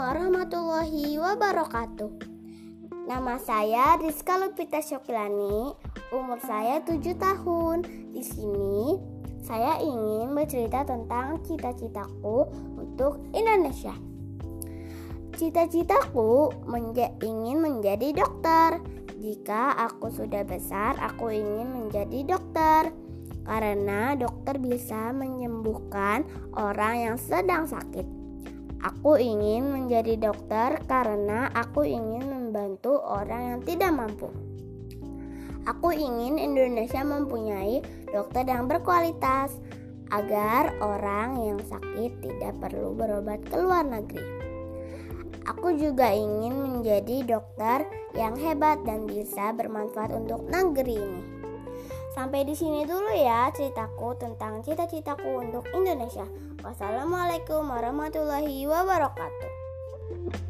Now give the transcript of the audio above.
warahmatullahi wabarakatuh. Nama saya Rizka Lupita Syokilani, umur saya 7 tahun. Di sini saya ingin bercerita tentang cita-citaku untuk Indonesia. Cita-citaku ingin menjadi dokter. Jika aku sudah besar, aku ingin menjadi dokter. Karena dokter bisa menyembuhkan orang yang sedang sakit. Aku ingin menjadi dokter karena aku ingin membantu orang yang tidak mampu. Aku ingin Indonesia mempunyai dokter yang berkualitas agar orang yang sakit tidak perlu berobat ke luar negeri. Aku juga ingin menjadi dokter yang hebat dan bisa bermanfaat untuk negeri ini. Sampai di sini dulu ya ceritaku tentang cita-citaku untuk Indonesia. Wassalamualaikum warahmatullahi wabarakatuh.